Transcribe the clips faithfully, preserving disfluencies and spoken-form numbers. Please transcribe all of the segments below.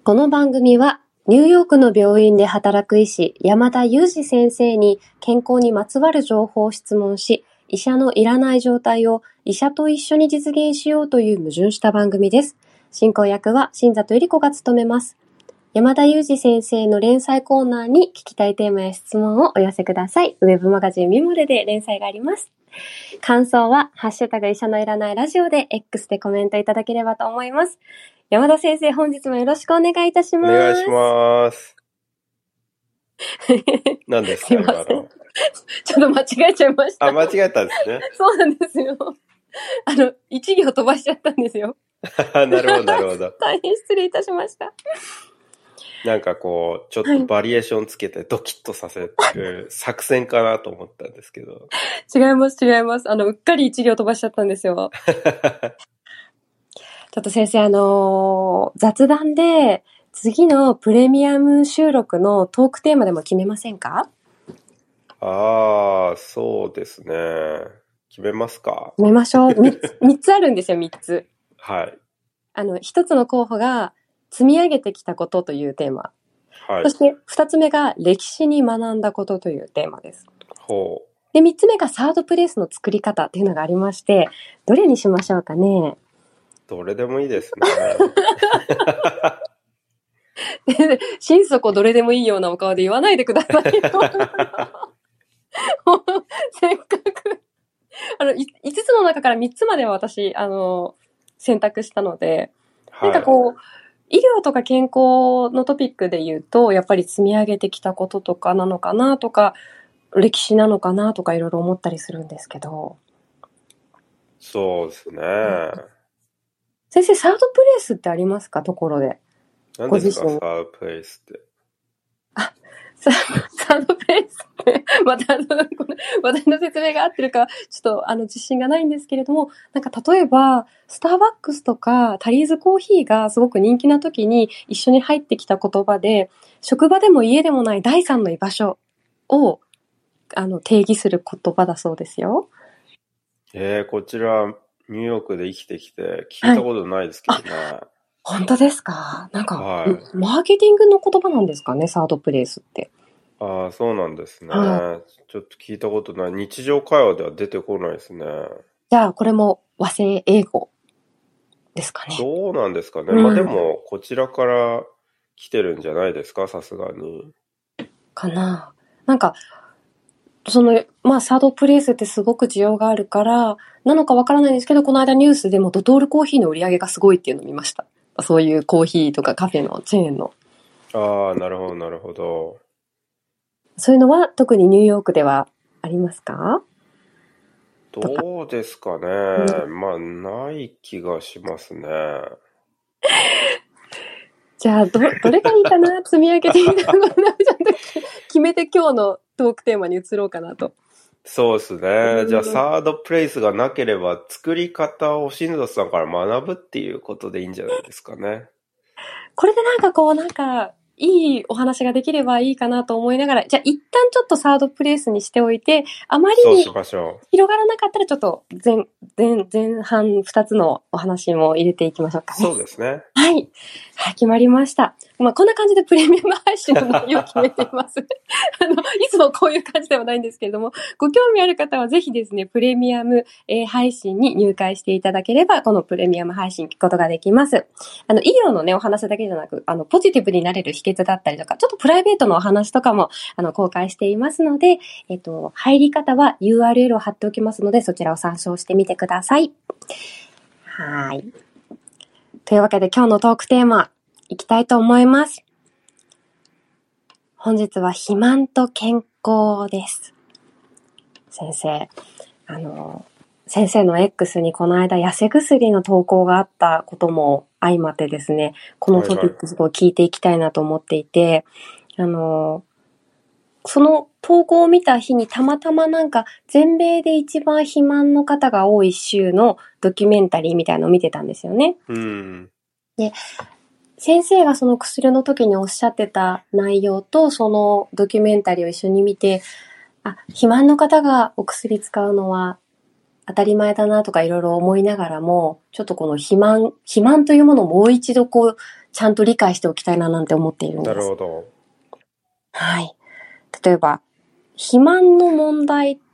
この番組はニューヨークの病院で働く医師山田裕二先生に健康にまつわる情報を質問し、医者のいらない状態を医者と一緒に実現しようという矛盾した番組です。進行役は新里百合子が務めます。山田裕二先生の連載コーナーに聞きたいテーマや質問をお寄せください。ウェブマガジンミモレで連載があります。感想はハッシュタグ医者のいらないラジオで X でコメントいただければと思います。山田先生、本日もよろしくお願いいたします。 お願いします。何ですか、今の。 ちょっと間違えちゃいました。 あ、間違えたんですね。 そうなんですよ。あの、一行飛ばしちゃったんですよ。 なるほど、なるほど。 大変失礼いたしました。 なんかこう、ちょっとバリエーションつけてドキッとさせる作戦かなと思ったんですけど。 違います、違います。あの、うっかり一行飛ばしちゃったんですよ。ちょっと先生、あのー、雑談で次のプレミアム収録のトークテーマでも決めませんか？ ああ、そうですね。決めますか？ 決めましょう。みっつあるんですよ、みっつ。 はい。 あの、ひとつの候補が積み上げてきたことというテーマ。 はい。 そしてふたつめが歴史に学んだことというテーマです。 ほう。 で、みっつめがサードプレイスの作り方っていうのがありまして、どれにしましょうかね。 どれでもいいですね。 心底どれでもいいようなお顔で言わないでくださいよ。せっかく。あの、いつつの中からみっつまでは私、あの、選択したので、はい、なんかこう、医療とか健康のトピックで言うと、やっぱり積み上げてきたこととかなのかなとか、歴史なのかなとかいろいろ思ったりするんですけど。 そうですね。 先生、サードプレイスってありますか？ところで。 何ですか、サードプレイスって。 あ、サードプレイスって、また、この私の説明が合ってるか、ちょっと、あの、自信がないんですけれども、なんか例えば、スターバックスとかタリーズコーヒーがすごく人気な時に一緒に入ってきた言葉で、職場でも家でもない第三の居場所を、あの、定義する言葉だそうですよ。 えー、こちら、ニューヨークで生きてきて聞いたことないですけどね。はい、 本当ですか？なんか、 はい、 マーケティングの言葉なんですかね、サードプレイスって。 ああ、そうなんですね、 はい。 ちょっと聞いたことない。日常会話では出てこないですね。 じゃあ、これも和製英語ですかね。 どうなんですかね。うん、まあでも、こちらから来てるんじゃないですか、さすがに。 かな。なんか、その、まあ、サードプレイスってすごく需要があるから、なのかわからないんですけど、この間ニュースでもドトールコーヒーの売り上げがすごいっていうのを見ました。そういうコーヒーとかカフェのチェーンの。 ああ、なるほど、なるほど。 そういうのは特にニューヨークではありますか？ どうですかね。うん、まあ、ない気がしますね。 じゃあ、ど、どれがいいかな積み上げてみたいな。決めて今日のトークテーマに移ろうかなと。 そうですね。じゃあ、サードプレイスがなければ、作り方を新里さんから学ぶっていうことでいいんじゃないですかね。 これでなんかこう、なんか、いいお話ができればいいかなと思いながら、じゃあ一旦ちょっとサードプレイスにしておいて、あまりに広がらなかったらちょっと前、前、前半二つのお話も入れていきましょうかね。 そうですね。 はい。はい、決まりました。まあ、こんな感じでプレミアム配信の内容を決めています。あの、いつもこういう感じではないんですけれども、ご興味ある方はぜひですね、プレミアム、えー、配信に入会していただければ、このプレミアム配信聞くことができます。あの、医療のね、お話だけじゃなく、あの、ポジティブになれる秘訣だったりとか、ちょっとプライベートのお話とかも、あの、公開していますので、えっと、入り方は ユーアールエル を貼っておきますので、そちらを参照してみてください。はい。というわけで今日のトークテーマ、いきたいと思います。本日は肥満と健康です。先生、あの、先生の X にこの間痩せ薬の投稿があったことも相まってですね、このトピックスを聞いていきたいなと思っていて、はいはい、あの、その投稿を見た日にたまたまなんか全米で一番肥満の方が多い州のドキュメンタリーみたいなのを見てたんですよね。 うん。 で、先生がその薬の時におっしゃってた内容とそのドキュメンタリーを一緒に見て、あ、肥満の方がお薬使うのは当たり前だなとかいろいろ思いながらも、ちょっとこの肥満、肥満というものをもう一度こう、ちゃんと理解しておきたいななんて思っているんです。 なるほど。 はい。例えば、肥満の問題って、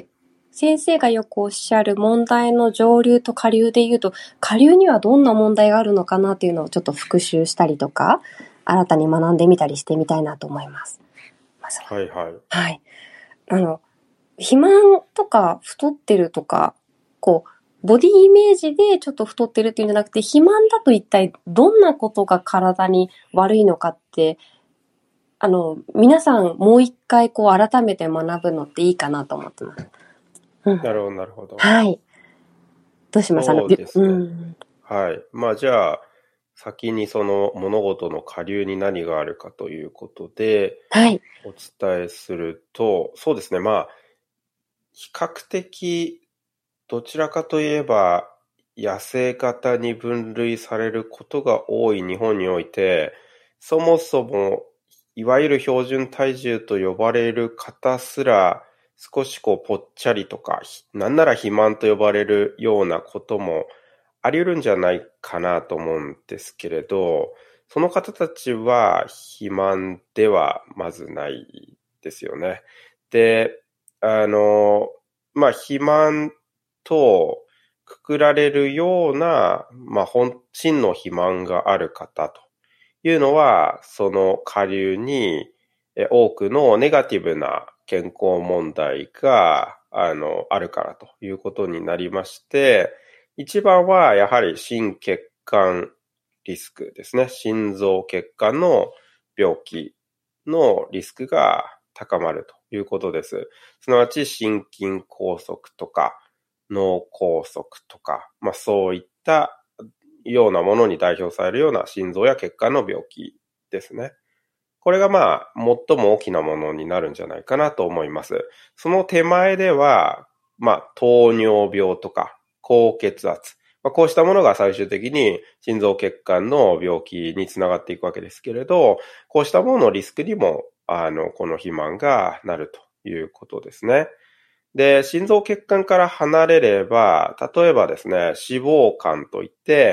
先生がよくおっしゃる問題の上流と下流で言うと、下流にはどんな問題があるのかなっていうのをちょっと復習したりとか、新たに学んでみたりしてみたいなと思います。まずはいはい。 はい。あの、肥満とか太ってるとか、こう、ボディイメージでちょっと太ってるっていうんじゃなくて、肥満だと一体どんなことが体に悪いのかって、あの、皆さんもう一回こう改めて学ぶのっていいかなと思ってます。うん、 なるほど、なるほど。 はい。どうしますかね。 そうですね。 うん、 はい。まあじゃあ、先にその物事の下流に何があるかということで、 はい。 お伝えすると、そうですね。まあ、比較的、どちらかといえば、痩せ型に分類されることが多い日本において、そもそも、いわゆる標準体重と呼ばれる方すら、少しこうぽっちゃりとか、なんなら肥満と呼ばれるようなこともあり得るんじゃないかなと思うんですけれど、その方たちは肥満ではまずないですよね。で、あの、まあ、肥満とくくられるような、まあ、本真の肥満がある方というのは、その下流に多くのネガティブな健康問題が、あの、あるからということになりまして、一番はやはり心血管リスクですね。心臓血管の病気のリスクが高まるということです。すなわち心筋梗塞とか脳梗塞とか、まあそういったようなものに代表されるような心臓や血管の病気ですね。これがまあ最も大きなものになるんじゃないかなと思います。その手前では、まあ糖尿病とか高血圧、まあ、こうしたものが最終的に心臓血管の病気につながっていくわけですけれど、こうしたもののリスクにも、あの、この肥満がなるということですね。で、心臓血管から離れれば、例えばですね、脂肪肝といって、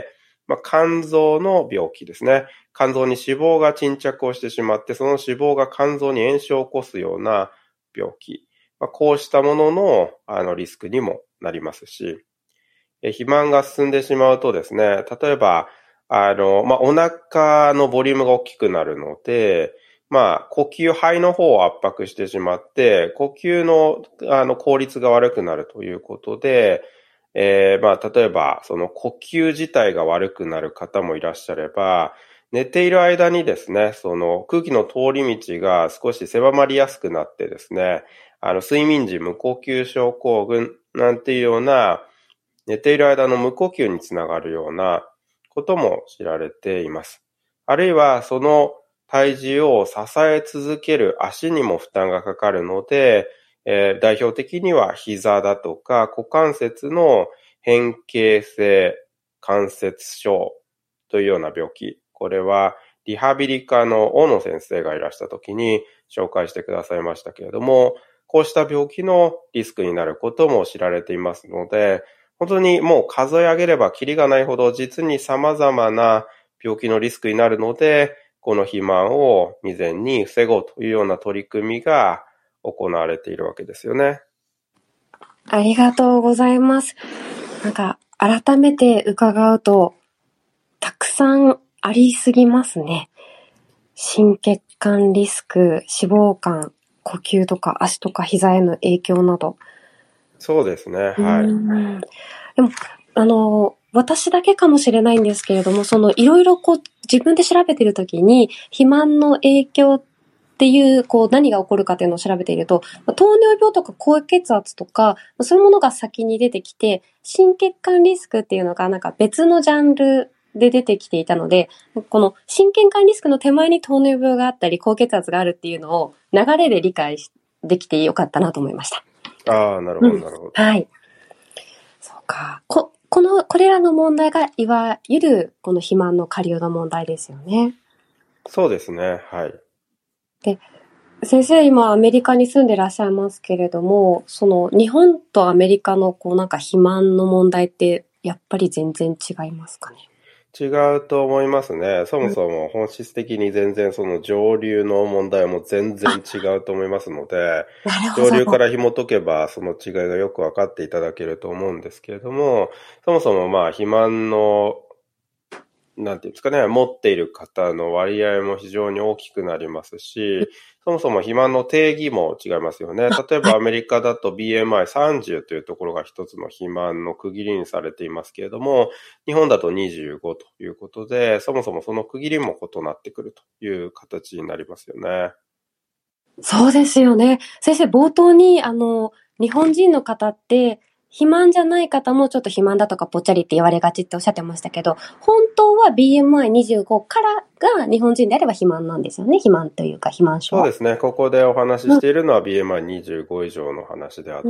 まあ、肝臓の病気ですね。肝臓に脂肪が沈着をしてしまって、その脂肪が肝臓に炎症を起こすような病気。まあ、こうしたものの、あのリスクにもなりますし、肥満が進んでしまうとですね、例えば、あの、まあ、お腹のボリュームが大きくなるので、まあ、呼吸、肺の方を圧迫してしまって、呼吸の、あの、効率が悪くなるということで、えー、まあ、例えば、その呼吸自体が悪くなる方もいらっしゃれば、寝ている間にですね、その空気の通り道が少し狭まりやすくなってですね、あの、睡眠時無呼吸症候群なんていうような、寝ている間の無呼吸につながるようなことも知られています。あるいは、その体重を支え続ける足にも負担がかかるので、えー、代表的には膝だとか股関節の変形性関節症というような病気。これはリハビリ科の大野先生がいらした時に紹介してくださいましたけれども、こうした病気のリスクになることも知られていますので、本当にもう数え上げればキリがないほど実に様々な病気のリスクになるので、この肥満を未然に防ごうというような取り組みが行われているわけですよね。 ありがとうございます。なんか改めて伺うと、たくさんありすぎますね。心血管リスク、脂肪肝、呼吸とか足とか膝への影響など。 そうですね、はい。 うんでも、あの、私だけかもしれないんですけれども、そのいろいろこう自分で調べているときに、肥満の影響っていう、こう何が起こるかっていうのを調べていると、糖尿病とか高血圧とか、そういうものが先に出てきて、心血管リスクっていうのがなんか別のジャンルで出てきていたので、この心血管リスクの手前に糖尿病があったり、高血圧があるっていうのを流れで理解できてよかったなと思いました。 ああ、なるほど、なるほど。 はい。そうか。こ、この、これらの問題が、いわゆる、この肥満の下流の問題ですよね。 そうですね、はい。 で、 先生、今アメリカに住んでらっしゃいますけれども、その日本とアメリカのこうなんか肥満の問題ってやっぱり全然違いますかね。 違うと思いますね。そもそも本質的に全然その上流の問題も全然違うと思いますので、上流から紐解けばその違いがよく分かっていただけると思うんですけれども、そもそもまあ肥満のなんていうんですかね、持っている方の割合も非常に大きくなりますし、そもそも肥満の定義も違いますよね。例えばアメリカだと ビーエムアイさんじゅう というところが一つの肥満の区切りにされていますけれども、日本だとにじゅうごということで、そもそもその区切りも異なってくるという形になりますよね。 そうですよね。先生、冒頭に、あの、日本人の方って、肥満じゃない方もちょっと肥満だとかぽっちゃりって言われがちっておっしゃってましたけど、本当は ビーエムアイにじゅうご からが日本人であれば肥満なんですよね。肥満というか肥満症。 そうですね。ここでお話ししているのは ビーエムアイにじゅうご 以上の話であって、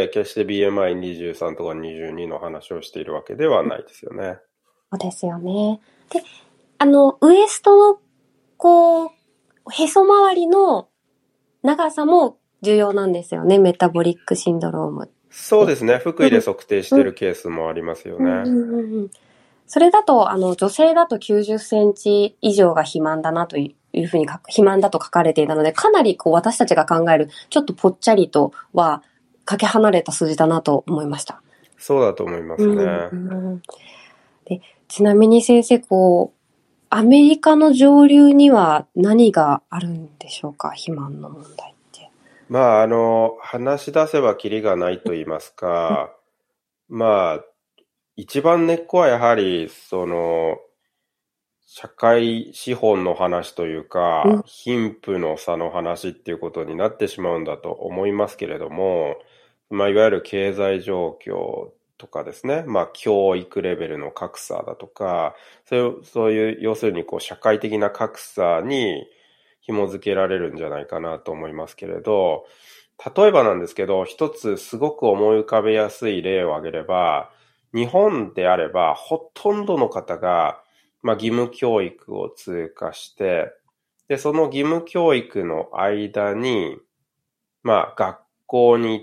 うん、決して ビーエムアイにじゅうさん とかにじゅうにの話をしているわけではないですよね。 そうですよね。で、あの、ウエストの、こう、へそ周りの長さも重要なんですよね。メタボリックシンドローム。 そうですね。腹囲で測定しているケースもありますよね。うんうんうんうん、 それだと、あの、女性だときゅうじゅっセンチ以上が肥満だなというふうに、肥満だと書かれていたので、かなりこう私たちが考える、ちょっとぽっちゃりとは、かけ離れた数字だなと思いました。 そうだと思いますね。 うんうん、でちなみに先生、こう、アメリカの上流には何があるんでしょうか、肥満の問題って。 まあ、あの、話し出せばキリがないと言いますか、まあ、一番根っこはやはり、その、社会資本の話というか、貧富の差の話っていうことになってしまうんだと思いますけれども、まあ、いわゆる経済状況とかですね、まあ、教育レベルの格差だとか、そういう、そういう、要するにこう、社会的な格差に紐づけられるんじゃないかなと思いますけれど、例えばなんですけど、一つすごく思い浮かべやすい例を挙げれば、日本であれば、ほとんどの方が、まあ、義務教育を通過して、で、その義務教育の間に、まあ、学校に行って、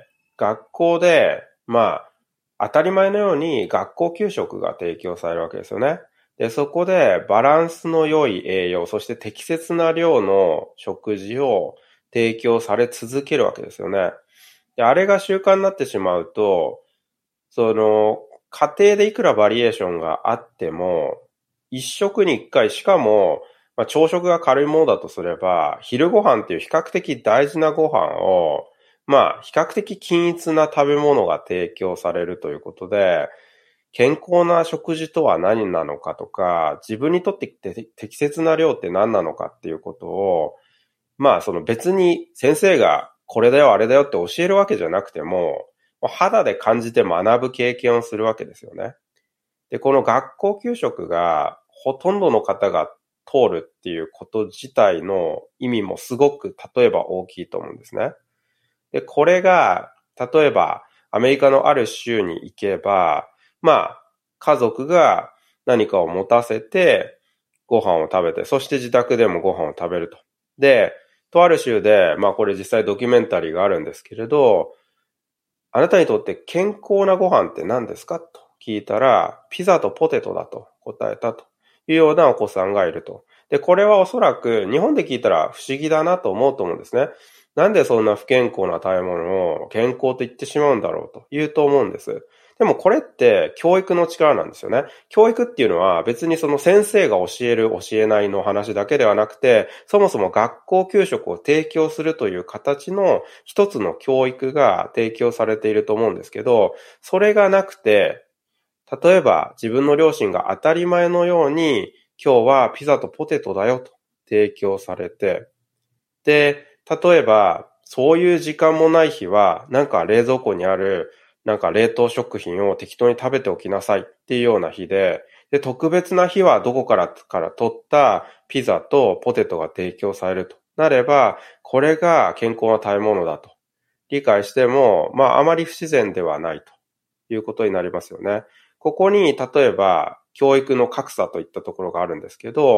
学校で、まあ、当たり前のように学校給食が提供されるわけですよね。で、そこでバランスの良い栄養、そして適切な量の食事を提供され続けるわけですよね。で、あれが習慣になってしまうと、その、家庭でいくらバリエーションがあっても、一食に一回、しかも、まあ、朝食が軽いものだとすれば、昼ご飯っていう比較的大事なご飯を、まあ、比較的均一な食べ物が提供されるということで、健康な食事とは何なのかとか、自分にとって適切な量って何なのかっていうことを、まあ、その別に先生がこれだよあれだよって教えるわけじゃなくても、肌で感じて学ぶ経験をするわけですよね。で、この学校給食がほとんどの方が通るっていうこと自体の意味もすごく例えば大きいと思うんですね。で、これが例えばアメリカのある州に行けば、まあ家族が何かを持たせてご飯を食べて、そして自宅でもご飯を食べると。で、とある州で、まあこれ実際ドキュメンタリーがあるんですけれど、あなたにとって健康なご飯って何ですかと聞いたら、ピザとポテトだと答えたというようなお子さんがいると。で、これはおそらく日本で聞いたら不思議だなと思うと思うんですね。なんでそんな不健康な食べ物を健康と言ってしまうんだろうと言うと思うんです。でもこれって教育の力なんですよね。教育っていうのは別にその先生が教える教えないの話だけではなくて、そもそも学校給食を提供するという形の一つの教育が提供されていると思うんですけど、それがなくて、例えば自分の両親が当たり前のように今日はピザとポテトだよと提供されて、で、例えばそういう時間もない日はなんか冷蔵庫にあるなんか冷凍食品を適当に食べておきなさいっていうような日で、で、特別な日はどこからから取ったピザとポテトが提供されるとなれば、これが健康な食べ物だと理解しても、まああまり不自然ではないということになりますよね。ここに例えば教育の格差といったところがあるんですけど、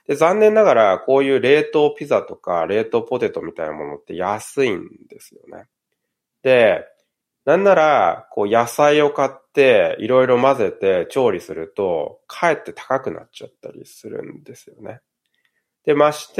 で、残念ながら、こういう冷凍ピザとか冷凍ポテトみたいなものって安いんですよね。で、なんなら、こう野菜を買っていろいろ混ぜて調理すると、かえって高くなっちゃったりするんですよね。で、まして、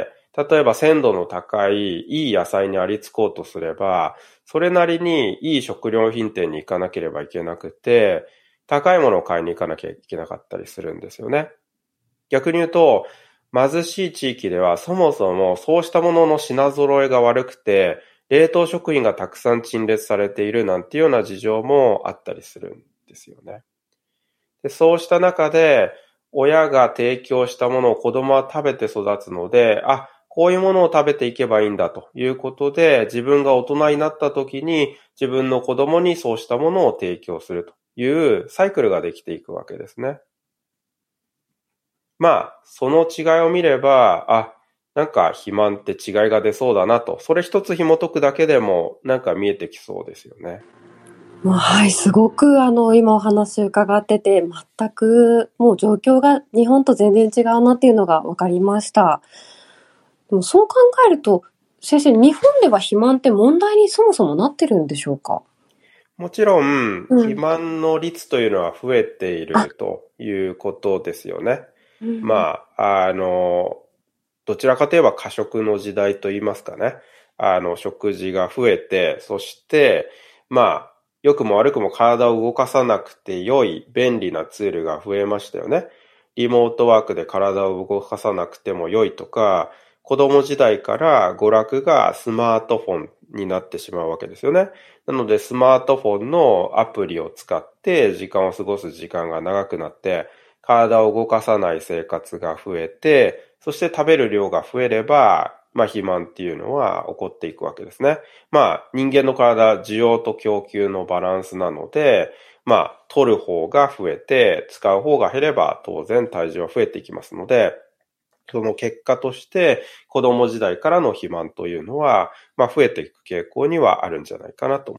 例えば鮮度の高いいい野菜にありつこうとすれば、それなりにいい食料品店に行かなければいけなくて、高いものを買いに行かなきゃいけなかったりするんですよね。逆に言うと、貧しい地域ではそもそもそうしたものの品揃えが悪くて、冷凍食品がたくさん陳列されているなんていうような事情もあったりするんですよね。で、そうした中で、親が提供したものを子供は食べて育つので、あ、こういうものを食べていけばいいんだということで、自分が大人になった時に自分の子供にそうしたものを提供するというサイクルができていくわけですね。まあ、その違いを見れば、あ、なんか肥満って違いが出そうだなと、それ一つ紐解くだけでもなんか見えてきそうですよね。 はい、すごくあの今お話伺ってて、全くもう状況が日本と全然違うなっていうのが分かりました。でもそう考えると、先生、日本では肥満って問題にそもそもなってるんでしょうか？ もちろん、 うん、 肥満の率というのは増えているということですよね。 うん、 まあ、あの、どちらかといえば過食の時代といいますかね。あの、食事が増えて、そして、まあ、良くも悪くも体を動かさなくて良い便利なツールが増えましたよね。リモートワークで体を動かさなくても良いとか、子供時代から娯楽がスマートフォンになってしまうわけですよね。なのでスマートフォンのアプリを使って時間を過ごす時間が長くなって、体を動かさない生活が増えて、そして食べる量が増えれば、まあ肥満っていうのは起こっていくわけですね。まあ人間の体、需要と供給のバランスなので、まあ取る方が増えて、使う方が減れば当然体重は増えていきますので、その結果として子供時代からの肥満というのは、まあ増えていく傾向にはあるんじゃないかなと。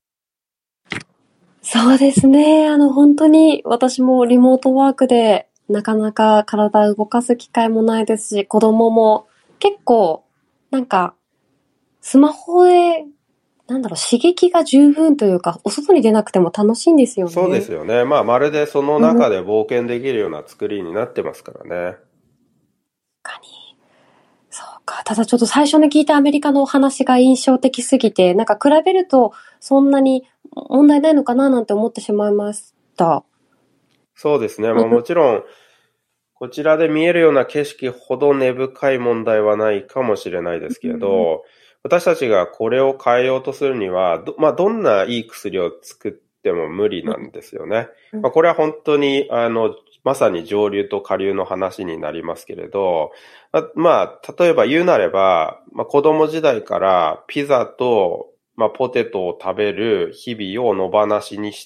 そうですね。あの本当に私もリモートワークでなかなか体を動かす機会もないですし、子供も結構なんかスマホでなんだろう、刺激が十分というか、お外に出なくても楽しいんですよね。 そうですよね。まあまるでその中で冒険できるような作りになってますからね。 確かに。そうか。ただちょっと最初に聞いたアメリカのお話が印象的すぎて、なんか比べるとそんなに問題ないのかななんて思ってしまいました。 そうですね。まあもちろん、こちらで見えるような景色ほど根深い問題はないかもしれないですけれど、私たちがこれを変えようとするには、ど、まあ、どんないい薬を作っても無理なんですよね。まあ、これは本当に、あの、まさに上流と下流の話になりますけれど、まあ、例えば言うなれば、まあ、子供時代からピザと、まあ、ポテトを食べる日々を野放しにして、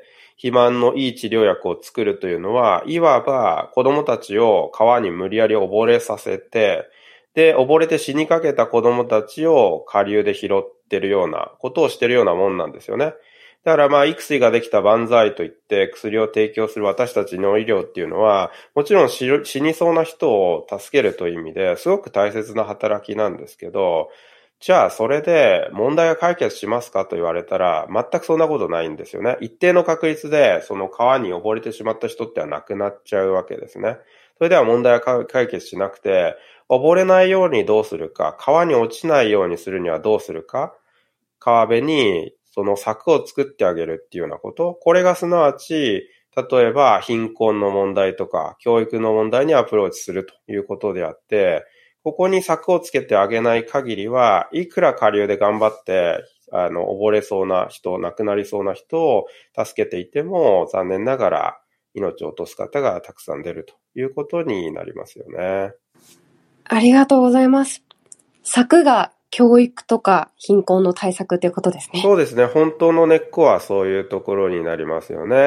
肥満のいい治療薬を作るというのは、いわば子供たちを川に無理やり溺れさせて、で、溺れて死にかけた子供たちを下流で拾ってるようなことをしてるようなもんなんですよね。だからまあ、いくついができた万歳といって薬を提供する私たちの医療っていうのは、もちろん死にそうな人を助けるという意味ですごく大切な働きなんですけど、じゃあそれで問題が解決しますかと言われたら全くそんなことないんですよね。一定の確率でその川に溺れてしまった人っては亡くなっちゃうわけですね。それでは問題は解決しなくて、溺れないようにどうするか、川に落ちないようにするにはどうするか、川辺にその柵を作ってあげるっていうようなこと、これがすなわち、例えば貧困の問題とか教育の問題にアプローチするということであって、ここに柵をつけてあげない限りは、いくら下流で頑張って、あの、溺れそうな人、亡くなりそうな人を助けていても、残念ながら命を落とす方がたくさん出るということになりますよね。 ありがとうございます。柵が教育とか貧困の対策ということですね。 そうですね。本当の根っこはそういうところになりますよね。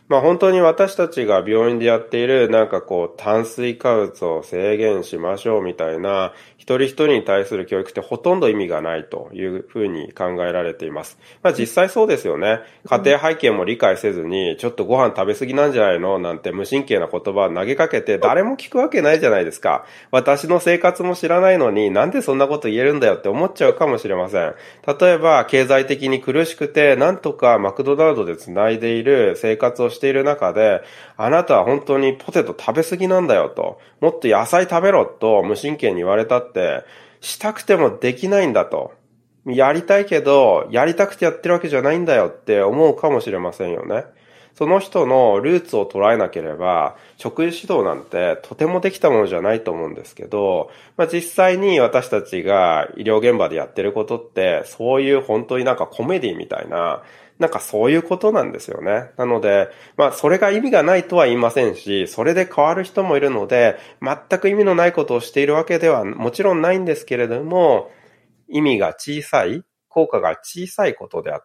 まあ本当に私たちが病院でやっているなんかこう炭水化物を制限しましょうみたいな一人一人に対する教育ってほとんど意味がないというふうに考えられています。まあ実際そうですよね。家庭背景も理解せずにちょっとご飯食べ過ぎなんじゃないのなんて無神経な言葉を投げかけて誰も聞くわけないじゃないですか。私の生活も知らないのになんでそんなこと言えるんだよって思っちゃうかもしれません。例えば経済的に苦しくてなんとかマクドナルドで繋いでいる生活をしている中で、あなたは本当にポテト食べ過ぎなんだよと、もっと野菜食べろと無神経に言われたって、したくてもできないんだと。やりたいけど、やりたくてやってるわけじゃないんだよって思うかもしれませんよね。その人のルーツを捉えなければ、食事指導なんてとてもできたものじゃないと思うんですけど、まあ、実際に私たちが医療現場でやってることって、そういう本当になんかコメディみたいな、なんかそういうことなんですよね。なので、まあそれが意味がないとは言いませんし、それで変わる人もいるので、全く意味のないことをしているわけではもちろんないんですけれども、意味が小さい、効果が小さいことであって、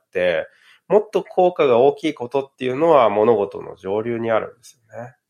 もっと効果が大きいことっていうのは物事の上流にあるんですよね。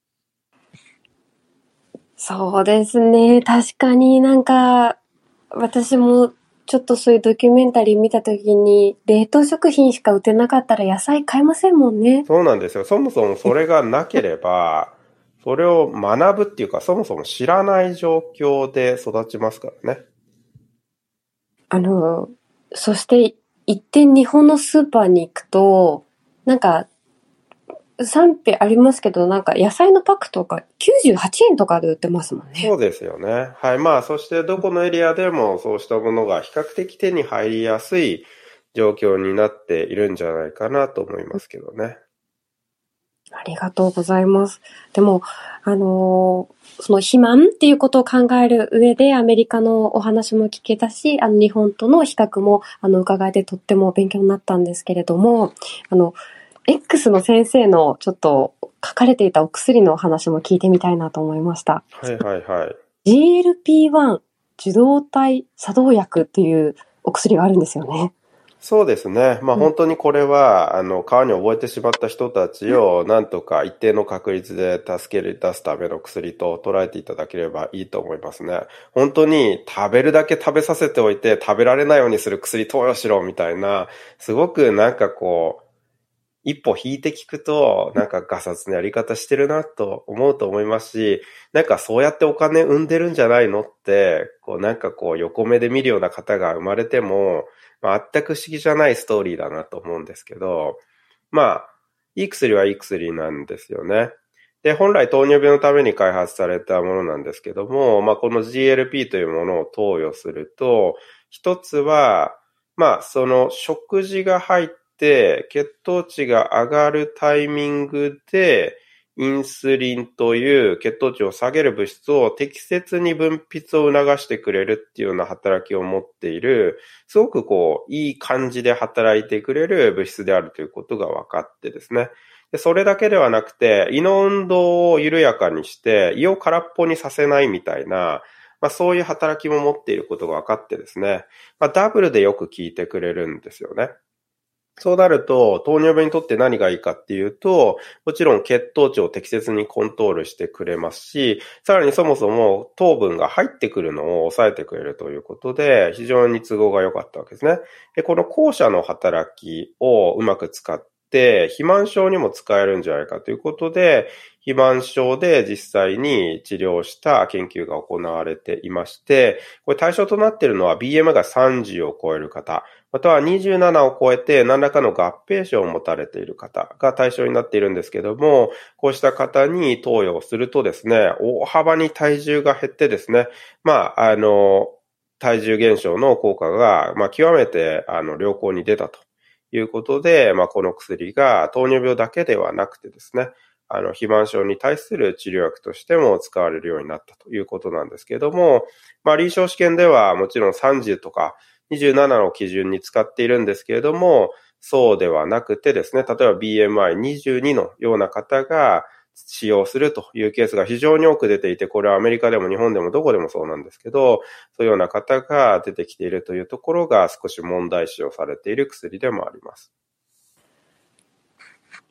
そうですね。確かになんか、私もちょっとそういうドキュメンタリー見たときに、冷凍食品しか売ってなかったら野菜買えませんもんね。 そうなんですよ。そもそもそれがなければ、それを学ぶっていうか、そもそも知らない状況で育ちますからね。 あの、そして一点日本のスーパーに行くと、なんか、賛否ありますけど、なんか野菜のパックとかきゅうじゅうはちえんとかで売ってますもんね。 そうですよね。はい。まあ、そしてどこのエリアでもそうしたものが比較的手に入りやすい状況になっているんじゃないかなと思いますけどね。 ありがとうございます。でも、あのー、その肥満っていうことを考える上でアメリカのお話も聞けたし、あの日本との比較もあの伺えてとっても勉強になったんですけれども、あの、X の先生のちょっと書かれていたお薬のお話も聞いてみたいなと思いました。 はいはいはい。 ジーエルピーワン 受動体作動薬っていうお薬があるんですよね。 そうですね。まあ本当にこれは、あの、川に覚えてしまった人たちをなんとか一定の確率で助け出すための薬と捉えていただければいいと思いますね。本当に食べるだけ食べさせておいて食べられないようにする薬投与しろみたいな、すごくなんかこう、一歩引いて聞くと、なんかガサツなやり方してるなと思うと思いますし、なんかそうやってお金生んでるんじゃないのって、こうなんかこう横目で見るような方が生まれても、まあ、全く不思議じゃないストーリーだなと思うんですけど、まあ、いい薬はいい薬なんですよね。で、本来糖尿病のために開発されたものなんですけども、まあこの ジーエルピー というものを投与すると、一つは、まあその食事が入ってで、血糖値が上がるタイミングで、インスリンという血糖値を下げる物質を適切に分泌を促してくれるっていうような働きを持っている、すごくこう、いい感じで働いてくれる物質であるということが分かってですね。でそれだけではなくて、胃の運動を緩やかにして、胃を空っぽにさせないみたいな、まあそういう働きも持っていることが分かってですね、まあダブルでよく効いてくれるんですよね。そうなると、糖尿病にとって何がいいかっていうと、もちろん血糖値を適切にコントロールしてくれますし、さらにそもそも糖分が入ってくるのを抑えてくれるということで、非常に都合が良かったわけですね。で、この後者の働きをうまく使って、肥満症にも使えるんじゃないかということで、肥満症で実際に治療した研究が行われていまして、これ対象となっているのは ビーエムアイ がさんじゅうを超える方、またはにじゅうななを超えて何らかの合併症を持たれている方が対象になっているんですけども、こうした方に投与をするとですね、大幅に体重が減ってですね、まあ、あの、体重減少の効果が、まあ、極めて、あの、良好に出たということで、まあ、この薬が糖尿病だけではなくてですね、あの、肥満症に対する治療薬としても使われるようになったということなんですけども、まあ、臨床試験ではもちろんさんじゅうとか、にじゅうななの基準に使っているんですけれども、そうではなくてですね、例えば ビーエムアイにじゅうに のような方が使用するというケースが非常に多く出ていて、これはアメリカでも日本でもどこでもそうなんですけど、そういうような方が出てきているというところが少し問題視をされている薬でもあります。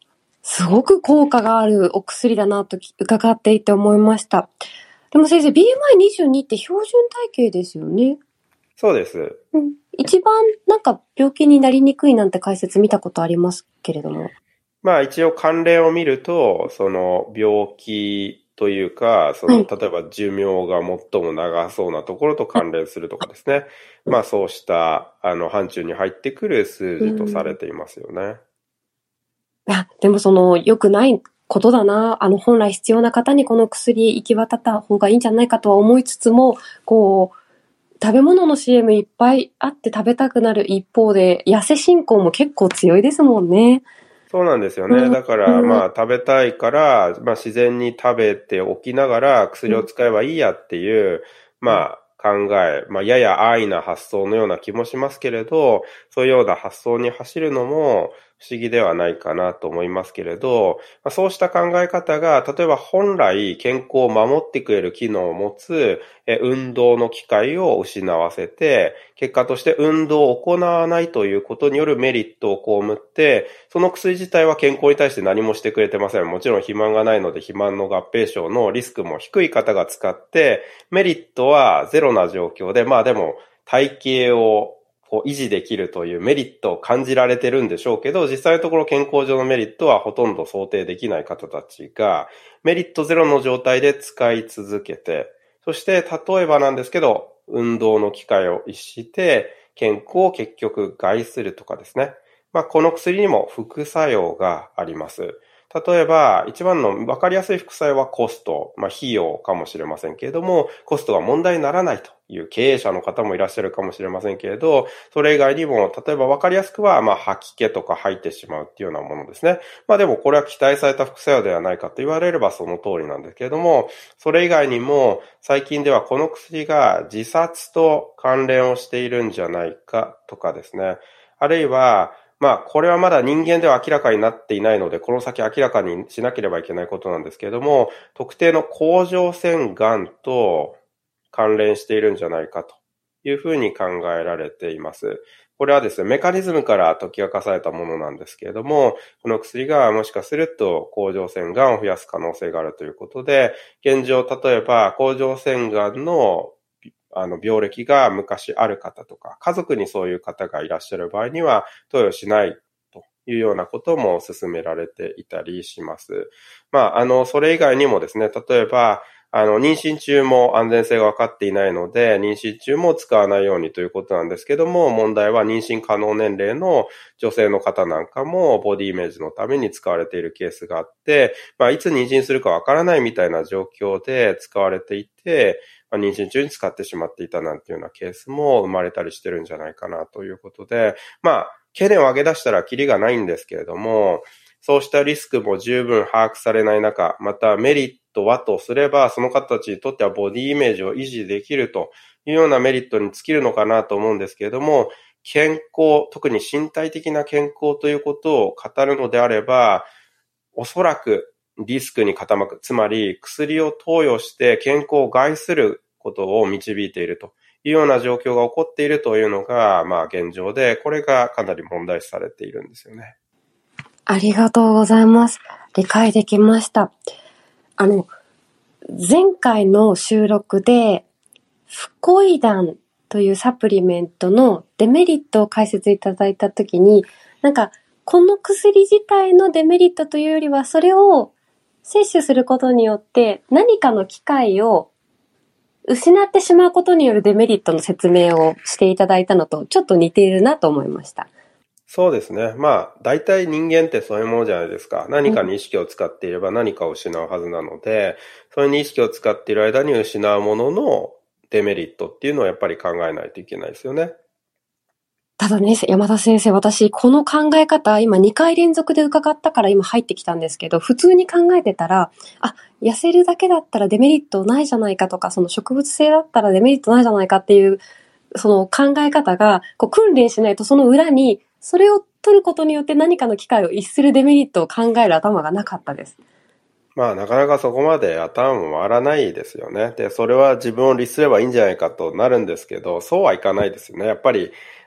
すごく効果があるお薬だなと伺っていて思いました。でも先生、ビーエムアイにじゅうに って標準体型ですよね。 そうです。 うん、一番なんか病気になりにくいなんて解説見たことありますけれども。 まあ一応関連を見ると、その病気というか、その、はい、例えば寿命が最も長そうなところと関連するとかですね。まあそうしたあの範疇に入ってくる数字とされていますよね。 いや、でもその良くないことだな。あの本来必要な方にこの薬行き渡った方がいいんじゃないかとは思いつつも、こう、食べ物の シーエム いっぱいあって食べたくなる一方で、痩せ進行も結構強いですもんね。 そうなんですよね。だから、まあ、食べたいから、まあ、自然に食べておきながら薬を使えばいいやっていう、まあ、考え、まあ、やや安易な発想のような気もしますけれど、そういうような発想に走るのも不思議ではないかなと思いますけれど、まあ、そうした考え方が、例えば本来健康を守ってくれる機能を持つえ運動の機会を失わせて、結果として運動を行わないということによるメリットを被って、その薬自体は健康に対して何もしてくれてません。もちろん肥満がないので肥満の合併症のリスクも低い方が使って、メリットはゼロな状況で、まあでも体型をこう維持できるというメリットを感じられてるんでしょうけど、実際のところ健康上のメリットはほとんど想定できない方たちが、メリットゼロの状態で使い続けて、そして例えばなんですけど、運動の機会を逸して健康を結局害するとかですね。まあこの薬にも副作用があります。例えば、一番の分かりやすい副作用はコスト、まあ費用かもしれませんけれども、コストが問題にならないという経営者の方もいらっしゃるかもしれませんけれど、それ以外にも、例えば分かりやすくは、まあ吐き気とか吐いてしまうっていうようなものですね。まあでもこれは期待された副作用ではないかと言われればその通りなんですけれども、それ以外にも、最近ではこの薬が自殺と関連をしているんじゃないかとかですね。あるいは、まあ、これはまだ人間では明らかになっていないので、この先明らかにしなければいけないことなんですけれども、特定の甲状腺がんと関連しているんじゃないかというふうに考えられています。これはですね、メカニズムから解き明かされたものなんですけれども、この薬がもしかすると甲状腺がんを増やす可能性があるということで、現状、例えば甲状腺がんのあの、病歴が昔ある方とか、家族にそういう方がいらっしゃる場合には、投与しないというようなことも勧められていたりします。まあ、あの、それ以外にもですね、例えば、あの、妊娠中も安全性が分かっていないので、妊娠中も使わないようにということなんですけども、問題は妊娠可能年齢の女性の方なんかもボディイメージのために使われているケースがあって、まあ、いつ妊娠するか分からないみたいな状況で使われていて、妊娠中に使ってしまっていたなんていうようなケースも生まれたりしてるんじゃないかなということで、まあ、懸念を挙げ出したらキリがないんですけれども、そうしたリスクも十分把握されない中、またメリットはとすれば、その方たちにとってはボディイメージを維持できるというようなメリットに尽きるのかなと思うんですけれども、健康、特に身体的な健康ということを語るのであれば、おそらくリスクに傾く。つまり、薬を投与して健康を害することを導いているというような状況が起こっているというのが、まあ現状で、これがかなり問題視されているんですよね。 ありがとうございます。理解できました。あの、前回の収録で、フコイダンというサプリメントのデメリットを解説いただいたときに、なんか、この薬自体のデメリットというよりは、それを摂取することによって何かの機会を失ってしまうことによるデメリットの説明をしていただいたのとちょっと似ているなと思いました。 そうですね。まあ、大体人間ってそういうものじゃないですか。何かに意識を使っていれば何かを失うはずなので、それに意識を使っている間に失うもののデメリットっていうのをやっぱり考えないといけないですよね。 ただね、山田先生、私、この考え方、今にかい連続で伺ったから今入ってきたんですけど、普通に考えてたら、あ、痩せるだけだったらデメリットないじゃないかとか、その植物性だったらデメリットないじゃないかっていう、その考え方が、こう訓練しないとその裏に、それを取ることによって何かの機会を逸するデメリットを考える頭がなかったです。 まあ、なかなかそこまで頭も回らないですよね。で、それは自分を律すればいいんじゃないかとなるんですけど、そうはいかないですよね。やっぱり、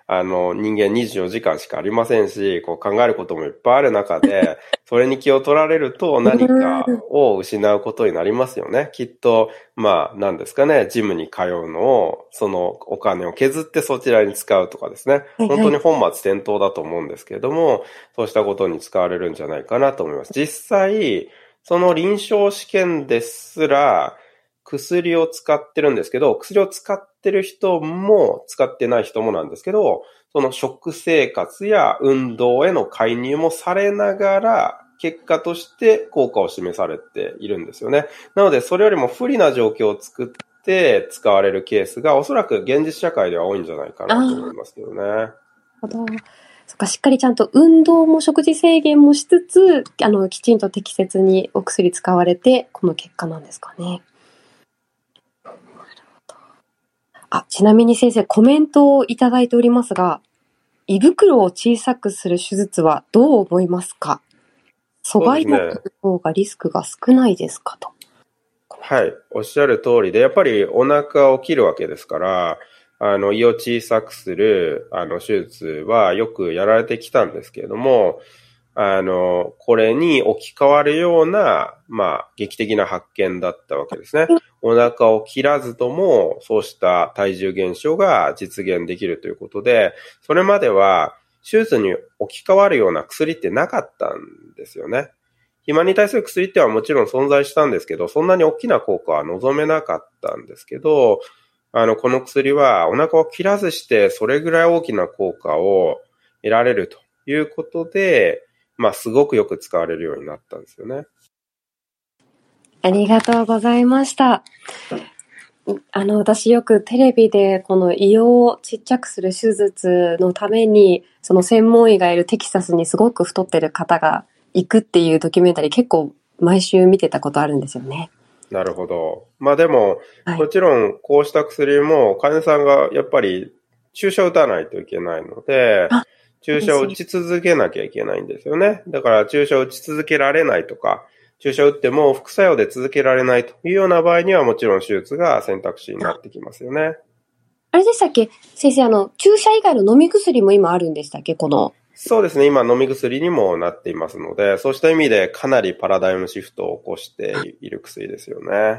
あの、人間にじゅうよじかんしかありませんし、こう考えることもいっぱいある中で、それに気を取られると何かを失うことになりますよね。きっと、まあ、なんですかね、ジムに通うのを、そのお金を削ってそちらに使うとかですね。 はいはい、 本当に本末転倒だと思うんですけれども、そうしたことに使われるんじゃないかなと思います。実際、その臨床試験ですら、薬を使ってるんですけど、薬を使ってる人も使ってない人もなんですけど、その食生活や運動への介入もされながら、結果として効果を示されているんですよね。なので、それよりも不利な状況を作って使われるケースがおそらく現実社会では多いんじゃないかなと思いますけどね。なるほど。そっか、しっかりちゃんと運動も食事制限もしつつ、あの、きちんと適切にお薬使われて、この結果なんですかね。なるほど。あ、ちなみに先生、コメントをいただいておりますが、胃袋を小さくする手術はどう思いますか？阻害薬の方がリスクが少ないですかと。 はい、おっしゃる通りで、やっぱりお腹を切るわけですから、あの、胃を小さくする、あの、手術はよくやられてきたんですけれども、あの、これに置き換わるような、まあ、劇的な発見だったわけですね。お腹を切らずとも、そうした体重減少が実現できるということで、それまでは、手術に置き換わるような薬ってなかったんですよね。肥満に対する薬ってはもちろん存在したんですけど、そんなに大きな効果は望めなかったんですけど、あの、この薬はお腹を切らずしてそれぐらい大きな効果を得られるということで、まあ、すごくよく使われるようになったんですよね。 ありがとうございました。あの、私よくテレビでこの胃をちっちゃくする手術のために、その専門医がいるテキサスにすごく太ってる方が行くっていうドキュメンタリー結構毎週見てたことあるんですよね。 なるほど。まあでも、 はい、 もちろんこうした薬も患者さんがやっぱり注射を打たないといけないので、注射を打ち続けなきゃいけないんですよね。だから注射を打ち続けられないとか、注射を打っても副作用で続けられないというような場合にはもちろん手術が選択肢になってきますよね。 あれでしたっけ先生、あの、注射以外の飲み薬も今あるんでしたっけこの。 そうですね。今飲み薬にもなっていますので、そうした意味でかなりパラダイムシフトを起こしている薬ですよね。はい。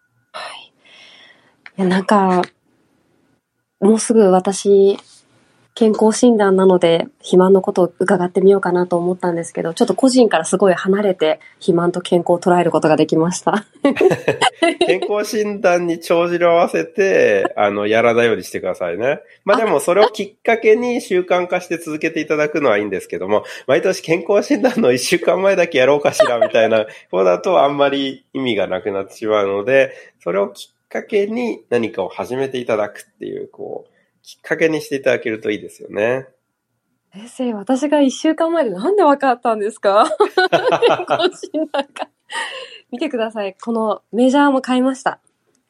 いや、なんか、もうすぐ私、健康診断なので肥満のことを伺ってみようかなと思ったんですけど、ちょっと個人からすごい離れて肥満と健康を捉えることができました。 健康診断に帳尻を合わせて、あの、やらないようにしてくださいね。まあでもそれをきっかけに習慣化して続けていただくのはいいんですけども、毎年健康診断のいっしゅうかんまえだけやろうかしらみたいな、こうだとあんまり意味がなくなってしまうので、それをきっかけに何かを始めていただくっていう、こう、きっかけにしていただけるといいですよね。 先生、私がいっしゅうかんまえでなんで分かったんですか？健康診断か。見てください。このメジャーも買いました。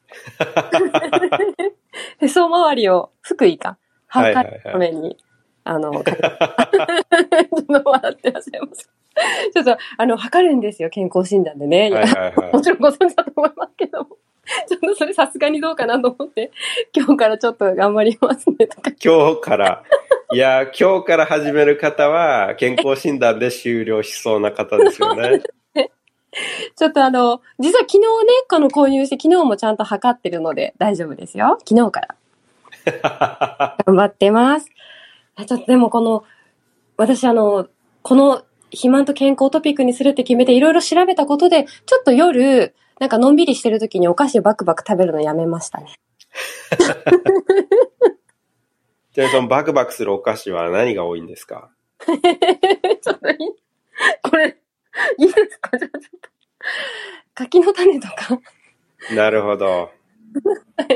へそ周りを、福井か。測るために、はいはいはい、あの、買いました。ちょっと笑ってらっしゃいます。ちょっと、あの、測るんですよ、健康診断でね。はいはいはい、もちろんご存知だと思いますけども。ちょっとそれさすがにどうかなと思って、今日からちょっと頑張りますね。 今日から。いや、今日から始める方は健康診断で終了しそうな方ですよね。 ちょっとあの、実は昨日ね、この購入して昨日もちゃんと測ってるので大丈夫ですよ。昨日から。頑張ってます。ちょっとでもこの、私あの、この肥満と健康トピックにするって決めていろいろ調べたことで、ちょっと夜、なんかのんびりしてる時にお菓子をバクバク食べるのやめましたね。 じゃあそのバクバクするお菓子は何が多いんですか？ ちょっといいこれ、いいですか？ちょっと。柿の種とか。 なるほど。 はい。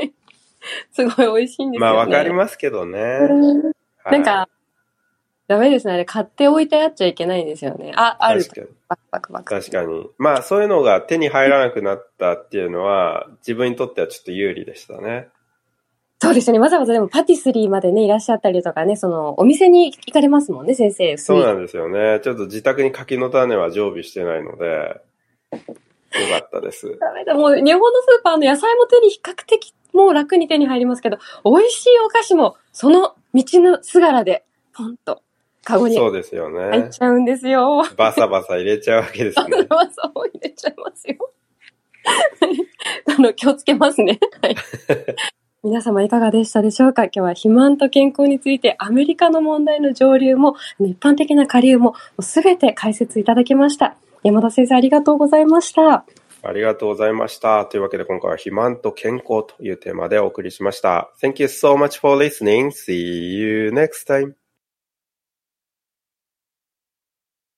すごい美味しいんですよね。 まあわかりますけどね。 なんか、はい、ダメですね。あれ買っておいてやっちゃいけないんですよね。あ、ある。 確かに。 バクバクバク。 確かに。まあそういうのが手に入らなくなったっていうのは自分にとってはちょっと有利でしたね。 そうですね。わざわざでもパティスリーまでね、いらっしゃったりとかね、その、お店に行かれますもんね、先生。 そうなんですよね。ちょっと自宅に柿の種は常備してないので、よかったです。 ダメだ。もう、日本のスーパーの野菜も手に比較的もう楽に手に入りますけど、美味しいお菓子も、その道のすがらで、ポンと、カゴにそうですよ入っね。 ちゃうんですよ。 バサバサ入れちゃうわけですね。 バサを入れちゃいますよ。あの、気をつけますね。はい。皆様いかがでしたでしょうか。今日は肥満と健康についてアメリカの問題の上流も一般的な下流もすべて解説いただきました。山田先生ありがとうございました。 ありがとうございました。というわけで今回は肥満と健康というテーマでお送りしました。Thank you so much for listening. See you next time.